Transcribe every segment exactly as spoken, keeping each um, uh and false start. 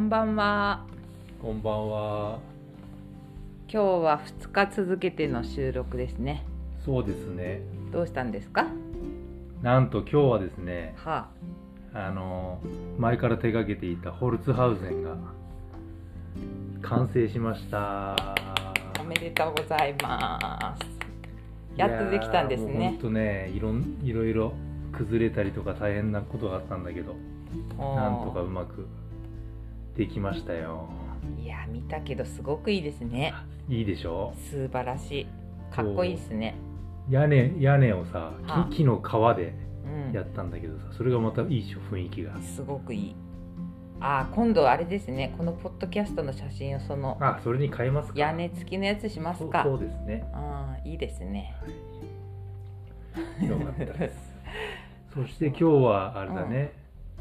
んばんは。 こんばんは。 今日はふつか続けての収録ですね。 そうですね。 どうしたんですか？ なんと今日はですね、 はあの前から手掛けていたホルツハウゼンが完成しました。 あ、おめでとうございます。やっとできたんですね。 本当ね、いろんいろいろ崩れたりとか大変なことがあったんだけど、なんとかうまくできましたよ。 いや見たけどすごくいいですね。 いいでしょ？ 素晴らしい。かっこいいですね。 屋根屋根をさ、 はあ、 木木の皮でうん、 やったんだけどさ、それがまたいいでしょ、雰囲気が。 すごくいい。あ、今度あれですね、このポッドキャストの写真をそのあ、それに変えますか？ 屋根付きのやつしますか？ そう、そうですね。 あ、いいですね。 よかったです。そして今日はあれだね、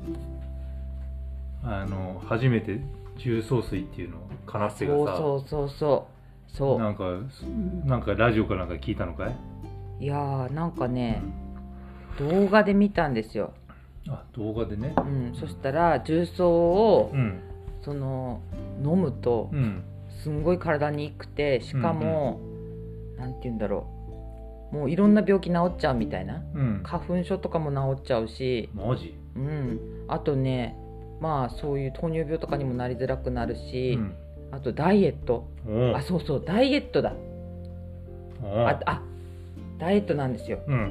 うん、あの初めて重曹水っていうのをカナッペがさ、 そうそうそうそうそうなんかなんかラジオかなんか聞いたのかい？ いやーなんかね、うん、動画で見たんですよ。 あ、動画でね。 うん、そしたら重曹を、うん、その飲むと、うん、すんごい体にいいくて、しかも、うんうん、なんて言うんだろう、もういろんな病気治っちゃうみたいな、うん、花粉症とかも治っちゃうし、 マジ？ うん、あとね、まあそういう糖尿病とかにもなりづらくなるし、うん、あとダイエット、あ、そうそう、ダイエットだ、ああダイエットなんですよ、うんうん、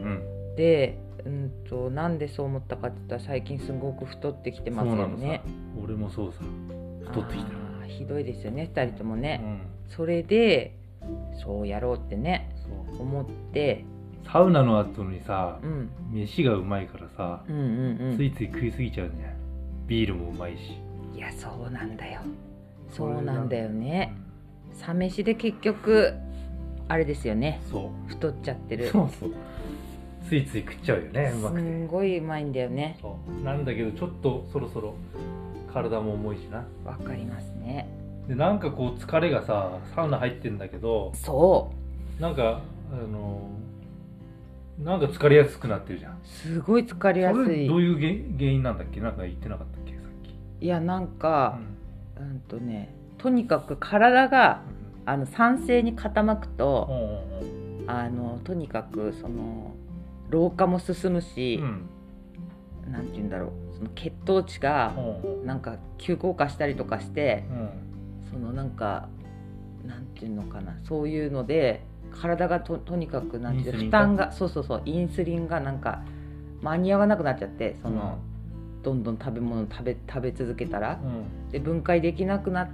で、うんと、なんでそう思ったかって言ったら、最近すごく太ってきてますよね。 俺もそうさ、太ってきた。 あ、ひどいですよね、ふたりともね、うん、それでそうやろうってね、そう思って。 サウナの後にさ、うん、飯がうまいからさ、うんうんうん、ついつい食いすぎちゃうね。ビールもうまいし。 いや、そうなんだよ、そうなんだよね、うん、サ飯で結局あれですよね、そう太っちゃってる。 そうそう、ついつい食っちゃうよね、うまくて。 すんごいうまいんだよね。 そうなんだけど、ちょっとそろそろ体も重いしな。 わかりますね。 で、なんかこう疲れがさ、サウナ入ってんだけど、 そうなんかあのなんか疲れやすくなってるじゃん。 すごい疲れやすい。 それどういう原因なんだっけ？なんか言ってなかったっけ、さっき。 いや、なんか、うん、うんとね、とにかく体が、うん、あの酸性に傾くと、うん、あのとにかくその老化も進むし、うん、なんて言うんだろう、その血糖値がなんか急降下したりとかして、うん、そのなんかなんていうのかな、そういうので体が と, とにかくなんていう負担が、そうそうそう、インスリンがなんか間に合わなくなっちゃって、その、うん、どんどん食べ物を食べ食べ続けたら、うん、で分解できなくなって、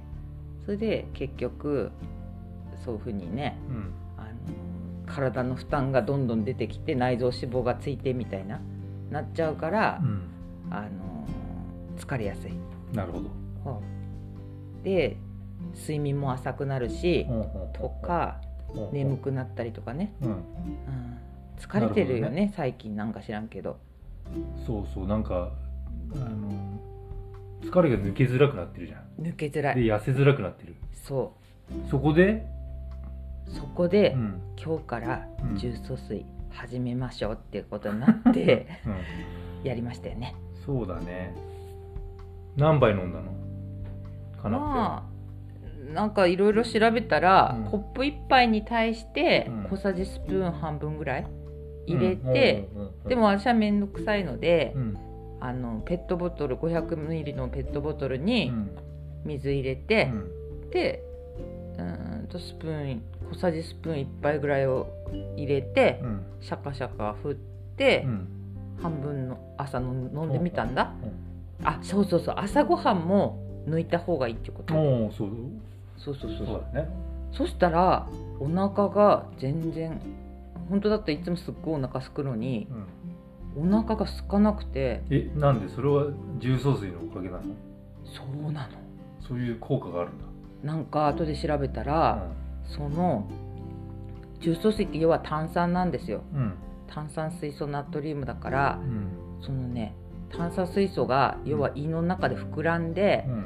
それで結局そういうふうにね、うん、あの体の負担がどんどん出てきて、内臓脂肪がついてみたいななっちゃうから、うん、あの疲れやすい。 なるほど、 はあ、で睡眠も浅くなるし、うん、とか眠くなったりとかね、うんうん、疲れてるよ ね, ね最近なんか知らんけど。 そうそう、なんかあの疲れが抜けづらくなってるじゃん。 抜けづらいで、痩せづらくなってる。 そうそこでそこで、うん、今日から重曹水始めましょうっていうことになって、うん、やりましたよね。 そうだね。何杯飲んだのかな。 まあなんかいろいろ調べたら、うん、コップいっぱいに対して小さじスプーン半分ぐらい入れて、でも私はめんどくさいので、うん、あのペットボトル ごひゃくミリリットル のペットボトルに水入れて、うん、でうんとスプーン小さじスプーンいっぱいぐらいを入れて、うん、シャカシャカ振って、うん、半分の朝の飲んでみたんだ、うん、あ、そうそうそう、朝ごはんも抜いた方がいいってこと。 お、そうそうそうそうそうだね。 そしたらお腹が全然、本当だったらいつもすっごいお腹すくのに、うん、お腹が空かなくて。 え、なんで？それは重曹水のおかげなの？ そうなの。 そういう効果があるんだ。 なんか後で調べたら、うん、その重曹水って要は炭酸なんですよ、うん、炭酸水素ナトリウムだから、うん、そのね、炭酸水素が要は胃の中で膨らんで、うん、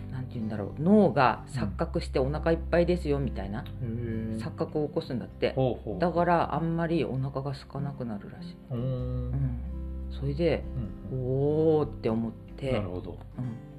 なんて言うんだろう、脳が錯覚してお腹いっぱいですよみたいな、うん、錯覚を起こすんだって。ほうほう。だからあんまりお腹が空かなくなるらしい。うん、うん、それで、うん、おーって思って。 なるほど。 うん、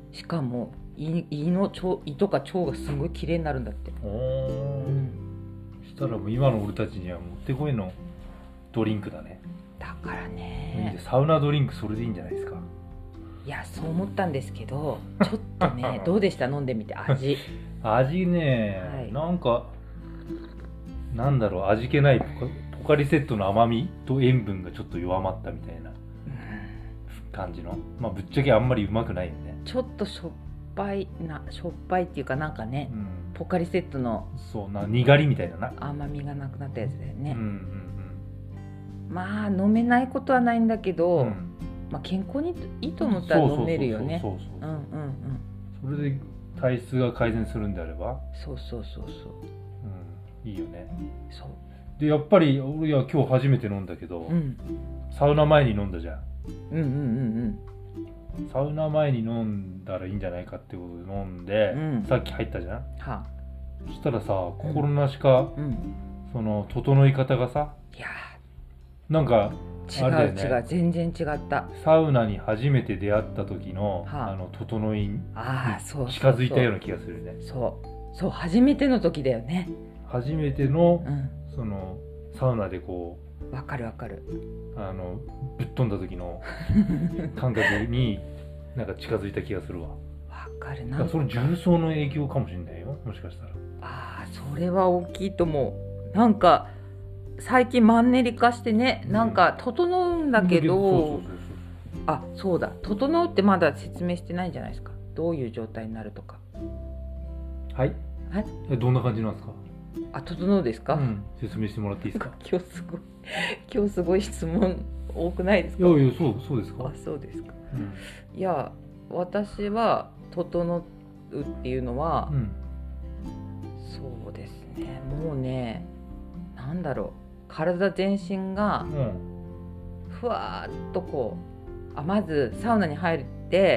しかも胃、胃の腸、胃とか腸がすごい綺麗になるんだって。 おー、うん、したらもう今の俺たちにはもってこいのドリンクだね。 だからね、 サウナドリンクそれでいいんじゃないですか。 いやそう思ったんですけど、ちょっとねどうでした、飲んでみて味味ね、はい、なんかなんだろう、味気ないポカ、ポカリセットの甘みと塩分がちょっと弱まったみたいな感じの、まあぶっちゃけあんまりうまくないよね。 ちょっとしょっぱいな、しょっぱいっていうかなんかね、うん、ポカリセットのそうな、苦りみたいなな、 甘みがなくなったやつだよね。うんうんうん、まあ飲めないことはないんだけど、うん、まあ、健康にいいと思ったら飲めるよね。 それで体質が改善するんであれば、 そうそうそうそう、 うん、いいよね。 そうでやっぱり俺は今日初めて飲んだけど、うん、サウナ前に飲んだじゃん。うんうんうんうん。サウナ前に飲んだらいいんじゃないかってことで飲んで、うん、さっき入ったじゃん。はあ、そしたらさ、心なしか、うん、その整い方がさ、いやなんか違う、ね、違う全然違った。 サウナに初めて出会った時の、はあ、あの整いに近づいたような気がするね。 そうそう、初めての時だよね。 初めての、うん、そのサウナでこう、わかるわかる、 あのぶっ飛んだ時の感覚になんか近づいた気がするわ。わかるな。 だからそれ重曹の影響かもしれないよ、もしかしたら。 ああ、それは大きいと思う。なんか最近マンネリ化してね、なんか整うんだけど、あ、そうだ、整うってまだ説明してないんじゃないですか。どういう状態になるとか。 はい。 はい。 え、どんな感じなんですか。 あ、整うですか、うん、 説明してもらっていいですか。 今日すごい今日すごい質問多くないですか。 いやいや、そうそうですか。 あ、そうですか、うん、いや私は整うっていうのは、うん、そうですね、もうね、なんだろう、体全身がふわーっとこう、あ、まずサウナに入って、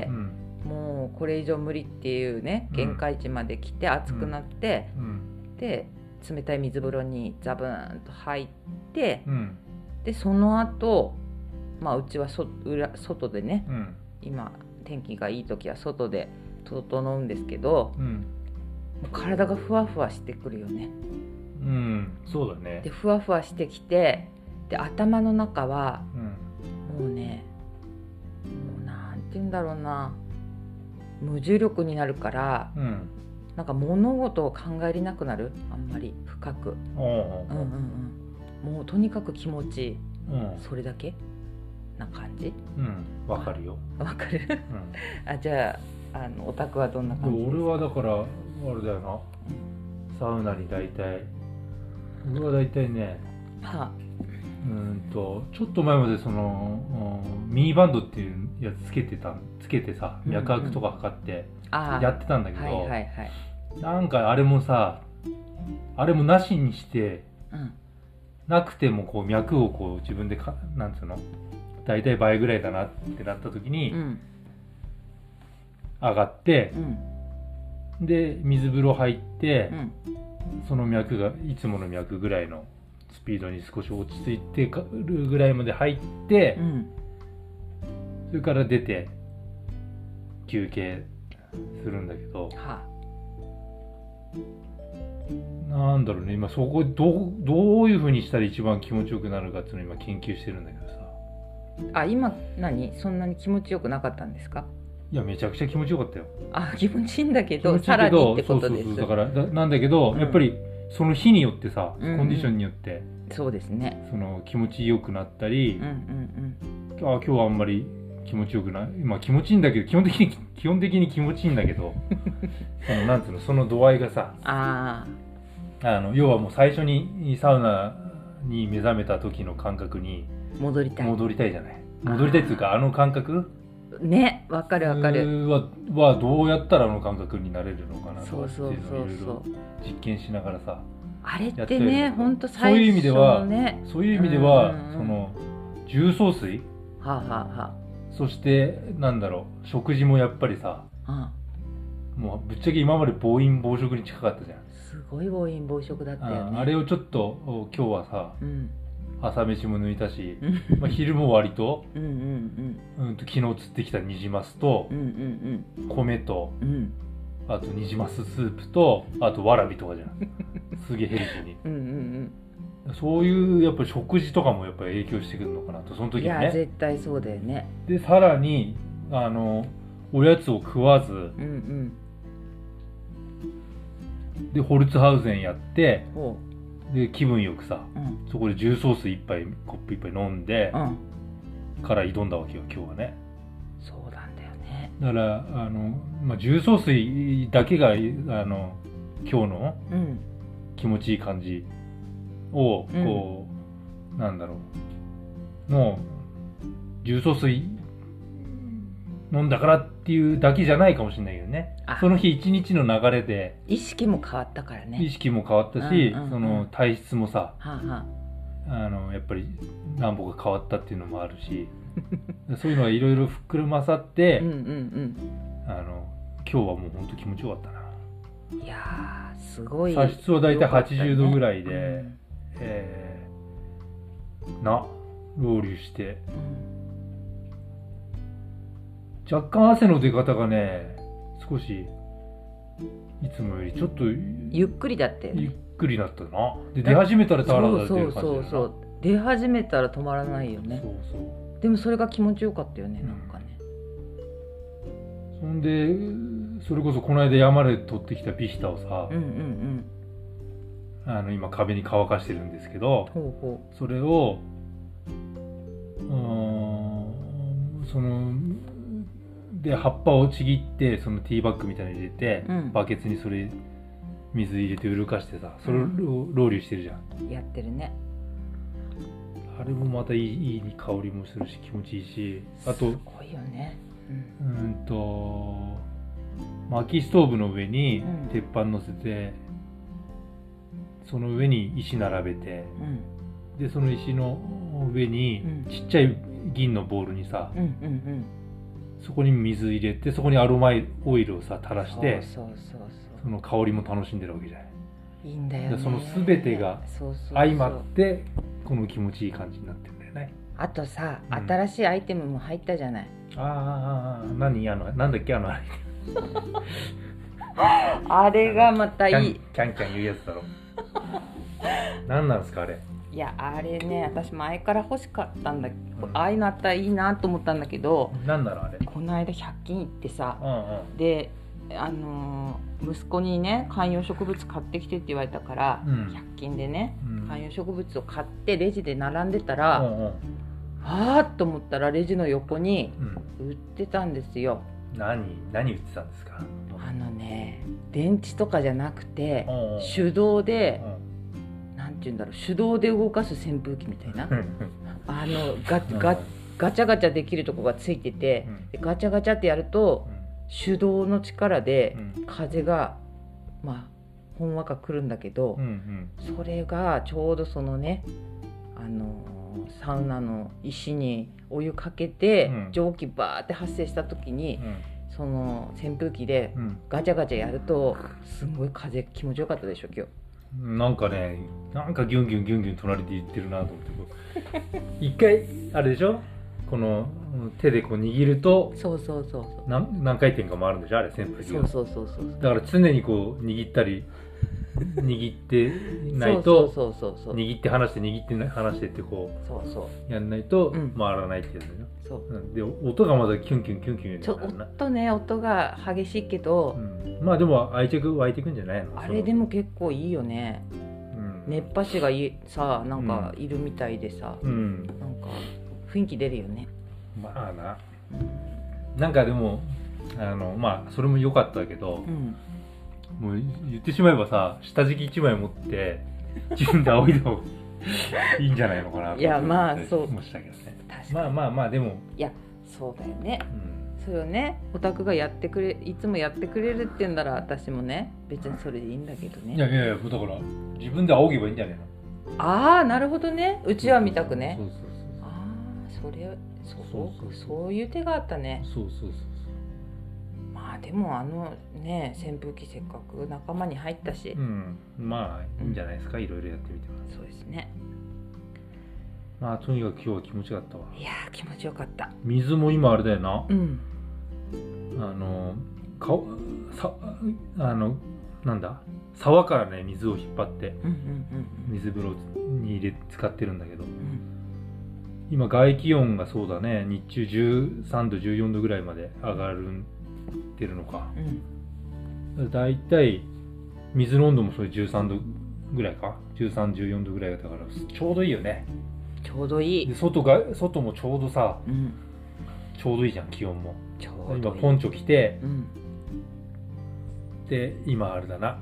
うん、もうこれ以上無理っていうね、限界値まで来て熱くなって、うん、で冷たい水風呂にザブーンと入って、うん、でその後、まあうちはそ裏外でね、うん、今天気がいい時は外で整うんですけど、うん、もう体がふわふわしてくるよね。 うん、そうだね。 でふわふわしてきて、で頭の中は、うん、もうね、もうなんて言うんだろうな、無重力になるから、うん、なんか物事を考えれなくなる、あんまり深く、うんうんうん、もうとにかく気持ちいい、うん、それだけな感じ。うん、 わかるよ。 わかる、うん、あ、じゃあ、あのお宅はどんな感じですか。 俺はだからあれだよな、うん、サウナに大体俺は大体ね、はあ、うんとちょっと前までその、うん、ミニバンドっていうやつつけてたつけてさ、脈拍とか測ってやってたんだけど、うんうん、はいはいはい、なんかあれもさ、あれもなしにして、うん、なくてもこう脈をこう自分でか、なんつうの、大体倍ぐらいだなってなった時に、うん、上がって、うん、で水風呂入って、うん、その脈がいつもの脈ぐらいのスピードに少し落ち着いてるぐらいまで入って、うん、それから出て休憩するんだけど、はあ、なんだろうね、今そこどう、どういう風にしたら一番気持ちよくなるかっていうのを今研究してるんだけどさ。 あ、今何そんなに気持ちよくなかったんですか。 いや、めちゃくちゃ気持ちよかったよ。 あ、気持ちいいんだけど、さらにってことです。 そうそうそう、だからだなんだけど、うん、やっぱりその日によってさ、うんうん、コンディションによって、 そうですね、 その気持ちよくなったり、うんうんうん、あ、今日はあんまり気持ちよくない、まあ気持ちいいんだけど、基本的に基本的に気持ちいいんだけどそのなんつうの、その度合いがさ、ああの要はもう最初にサウナに目覚めた時の感覚に戻りたい戻りたいじゃない、戻りたいっていうか、あの感覚ね、わかるわかる。 ははどうやったらあの感覚になれるのかなとかっていうのをいろいろ実験しながらさ、 あれってね、本当最初のね、そういう意味では、そういう意味では、うんうん、その重曹水、はあはあはあ、そしてなんだろう、食事もやっぱりさ、はあ、もうぶっちゃけ今まで暴飲暴食に近かったじゃん。 すごい暴飲暴食だったよね。 あ, あれをちょっと今日はさ、うん、 朝飯も抜いたし、まあ、昼も割と、 うんうんうん、うんと昨日釣ってきたニジマスと、 うんうん米と、 うんうんあとニジマススープと、あとわらびとかじゃん。すげえヘルシーに。 うんうんそういうやっぱ食事とかもやっぱり影響してくるのかなと、そのうん。い時にね。 や絶対そうだよね。 でさらにあのおやつを食わず、 うんうんでホルツハウゼンやって、 ほで気分よくさ、 ううんそこで重曹水一杯コップ一杯飲んで、 うんから挑んだわけよ今日はね。 そうなんだよね。 だからあの、まあ、重曹水だけがあの今日のうん気持ちいい感じをこう、うん、なんだろう、もう重曹水飲んだからっていうだけじゃないかもしれないけどね。その日一日の流れで意識も変わったからね。 意識も変わったし、 うんうんうん、 その体質もさ、 はあはあ、あのやっぱり何歩か変わったっていうのもあるしそういうのがいろいろ膨らまさって、うんうんうん、あの今日はもう本当気持ちよかったな。 いやーすごい。 砂質はだいたいはちじゅうどぐらいで、うん、えー、なロウリュして、うん、若干汗の出方がね少しいつもよりちょっとゆっくりだって、ね、 ゆっくりだったな。で出始めたらタラタラ出る感じだな。 そうそうそう出始めたら止まらないよね。そうそうでもそれが気持ちよかったよね、なんかね。 そんでそれこそこの間山で取ってきたビヒタをさ、うんうんうん、あの今壁に乾かしてるんですけど、ほうほうそれをうーんそので葉っぱをちぎってそのティーバッグみたいに入れて、うん、バケツにそれ水入れてうるかしてさ、それをロウリュしてるじゃん。 やってるね。 あれもまたいい、いい香りもするし気持ちいいし、あとすごいよね。 うん、うんと薪ストーブの上に鉄板乗せて、うん、その上に石並べて、うん、でその石の上にちっちゃい銀のボウルにさ、うんうんうん、そこに水入れて、そこにアロマオイルをさ垂らして、そうそうそうそう、その香りも楽しんでるわけじゃない。 いいんだよね。 その全てが相まってこの気持ちいい感じになってるんだよね。 あとさ、うん、新しいアイテムも入ったじゃない。 ああ、何あのなんだっけあのアイテムあれがまたいい。 キャンキャン言うやつだろ何なんですかあれ。 いやあれね、私前から欲しかったんだけど、うん、ああいうのあったらいいなと思ったんだけど、 なんだろうあれ。 この間ひゃく均行ってさ、うんうん、であのー、息子にね観葉植物買ってきてって言われたから、うん、ひゃく均でね、うん、観葉植物を買ってレジで並んでたら、うんうん、あーっと思ったらレジの横に売ってたんですよ。 うん、何何売ってたんですか。 あのね電池とかじゃなくて、うんうん、手動で、うん、なんて言うんだろう、手動で動かす扇風機みたいなあの ガ, ガ, ガチャガチャできるとこがついてて、うん、でガチャガチャってやると、うん手動の力で風が、うん、まあほんわか来るんだけど、うんうん、それがちょうどそのねあのサウナの石にお湯かけて、うん、蒸気バーって発生した時に、うん、その扇風機でガチャガチャやるとすごい風気持ちよかったでしょ今日。 なんかねなんかギュンギュンギュンギュン隣で言ってるなと思って一回あれでしょ、この手でこう握るとそうそうそうそう何, 何回転か回るんでしょあれ扇風機が。 そうそうそうそうだから常にこう握ったり握ってないとそうそうそうそう握って離して握って離してってこうそうそうやんないと回らないってやつだよ、うん、そうで音がまだキュンキュンキュンキュンちょ音ね音が激しいけど、 うん、まあでも愛着湧いてくんじゃないの。 あれでも結構いいよね、うん、熱波師がいさなんかいるみたいでさ、うん、なんか雰囲気出るよね。 まあな、うん、なんかでもあのまあそれも良かったけど、うん、もう言ってしまえばさ下敷き一枚持って自分で仰いだ方がいいんじゃないのかなと思ってましたけどね。まあまあまあでもいやそうだよね、うん、それをねオタクがやってくれいつもやってくれるって言うんなら私もね別にそれでいいんだけどね。 いやいやいやだから自分で仰げばいいんじゃないの。 ああなるほどね、うちは見たくね。 そうそうそうそう、 ああそれそうそうそうそういう手があったね。 そうそうそうそう。 まあでもあのね扇風機せっかく仲間に入ったし、 うん、まあいいんじゃないですか、うん、いろいろやってみても。 そうですね。 まあとにかく今日は気持ちよかったわ。 いやー気持ちよかった。 水も今あれだよな、 うん、 あの顔さあのなんだ沢からね水を引っ張って、 うんうんうんうん、 水風呂に入れ使ってるんだけど、 うん、 今外気温がそうだね、日中じゅうさんどじゅうよんどぐらいまで上がるってるのか、うん、だいたい水の温度もそれじゅうさんどぐらいか、じゅうさん、じゅうよんどぐらいだからちょうどいいよね。 ちょうどいい。 で 外が外もちょうどさ、 うん、 ちょうどいいじゃん気温も。 ちょうどいい。 今ポンチョ着て、 うん、 で今あれだな、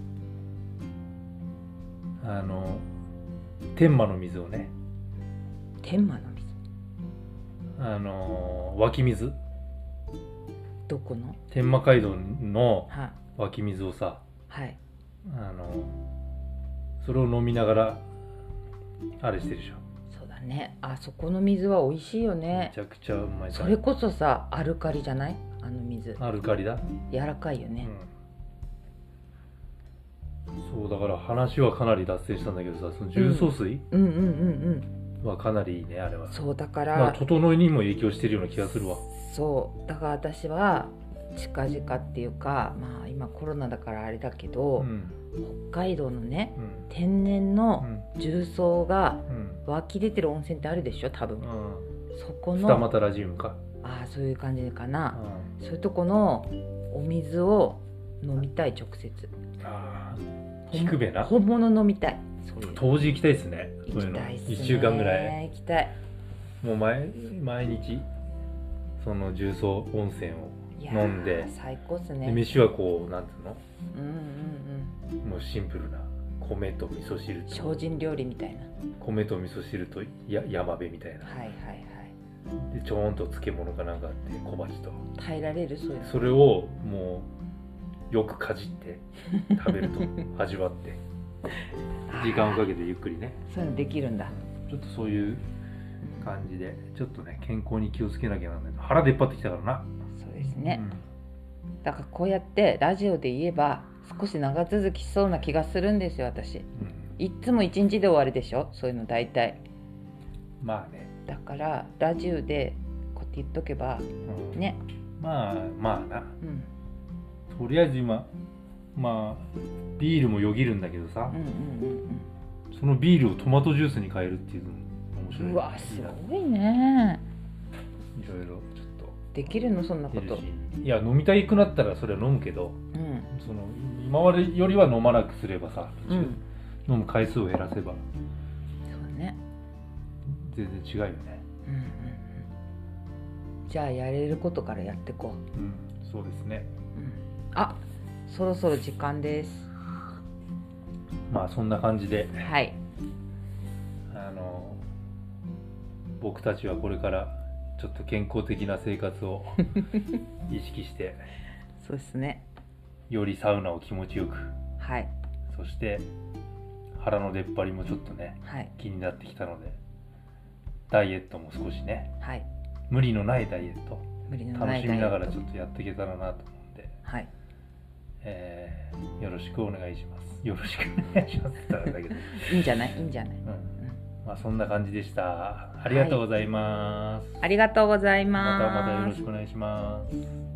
あの天満の水をね、 天満の水、 あの湧き水、 どこの天満街道のは湧き水をさ、 はい、 あのそれを飲みながらあれしてるでしょ。 そうだね、あそこの水は美味しいよね。 めちゃくちゃうまい。 それこそさアルカリじゃない、あの水。 アルカリだ、 柔らかいよね、 うん、そうだから話はかなり脱線したんだけどさ、その重曹水、 うん、うんうんうんうんはかなりいいねあれは。 そうだから、 まあ、整いにも影響してるような気がするわ。 そうだから私は近々っていうか、まあ今コロナだからあれだけど、うん、北海道のね、うん、天然の重曹が湧き出てる温泉ってあるでしょ多分、うん、そこの二俣ラジウムか、 ああそういう感じかな、うん、そういうとこのお水を飲みたい直接。ああ聞くべな、 本物飲みたい。そういう当時行きたいですね。 行きたいっすね。 いっしゅうかんぐらい行きたい。 もう毎毎日その重曹温泉を飲んで、 最高っすね。 で飯はこうなんていうの、 うんうんうん、もうシンプルな米と味噌汁と精進料理みたいな、 米と味噌汁とや山辺みたいな、 はいはいはい、 でちょーんと漬物かなんかあって小鉢と耐えられる、そういうの。 それをもうよくかじって食べると味わって時間をかけてゆっくりね、 そういうのできるんだ。 ちょっとそういう感じでちょっとね健康に気をつけなきゃなんないと腹出っ張ってきたからな。 そうですね、うん、だからこうやってラジオで言えば少し長続きしそうな気がするんですよ私、うん、いっつも一日で終わるでしょそういうの大体。 まあね、 だからラジオでこうやって言っとけば、うん、ね、 まあまあな、うん、とりあえず今まあビールもよぎるんだけどさ、うんうんうんうん、そのビールをトマトジュースに変えるっていうのも面白い。 うわすごいね。 いろいろちょっとできるのそんなこと。 いや飲みたいくなったらそれは飲むけど、うん、その今までよりは飲まなくすればさ、うん、飲む回数を減らせばそうね、 全然違うよね、うんうんうん、 じゃあやれることからやっていこう、 うん、そうですね、うん、 あそろそろ時間です。 まあそんな感じで、 はい、 あの僕たちはこれからちょっと健康的な生活を意識してそうですね、 よりサウナを気持ちよく、 はい、 そして腹の出っ張りもちょっとね、 はい、 気になってきたのでダイエットも少しね、 はい、 無理のないダイエット無理のないダイエット楽しみながらちょっとやっていけたらなと思うんで、 はい、 えー、よろしくお願いします。よろしくお願いしますって言ったんだけどいいんじゃないいいんじゃない、うんうん、 まあそんな感じでした。ありがとうございます、 はい、ありがとうございます。 またまたよろしくお願いします。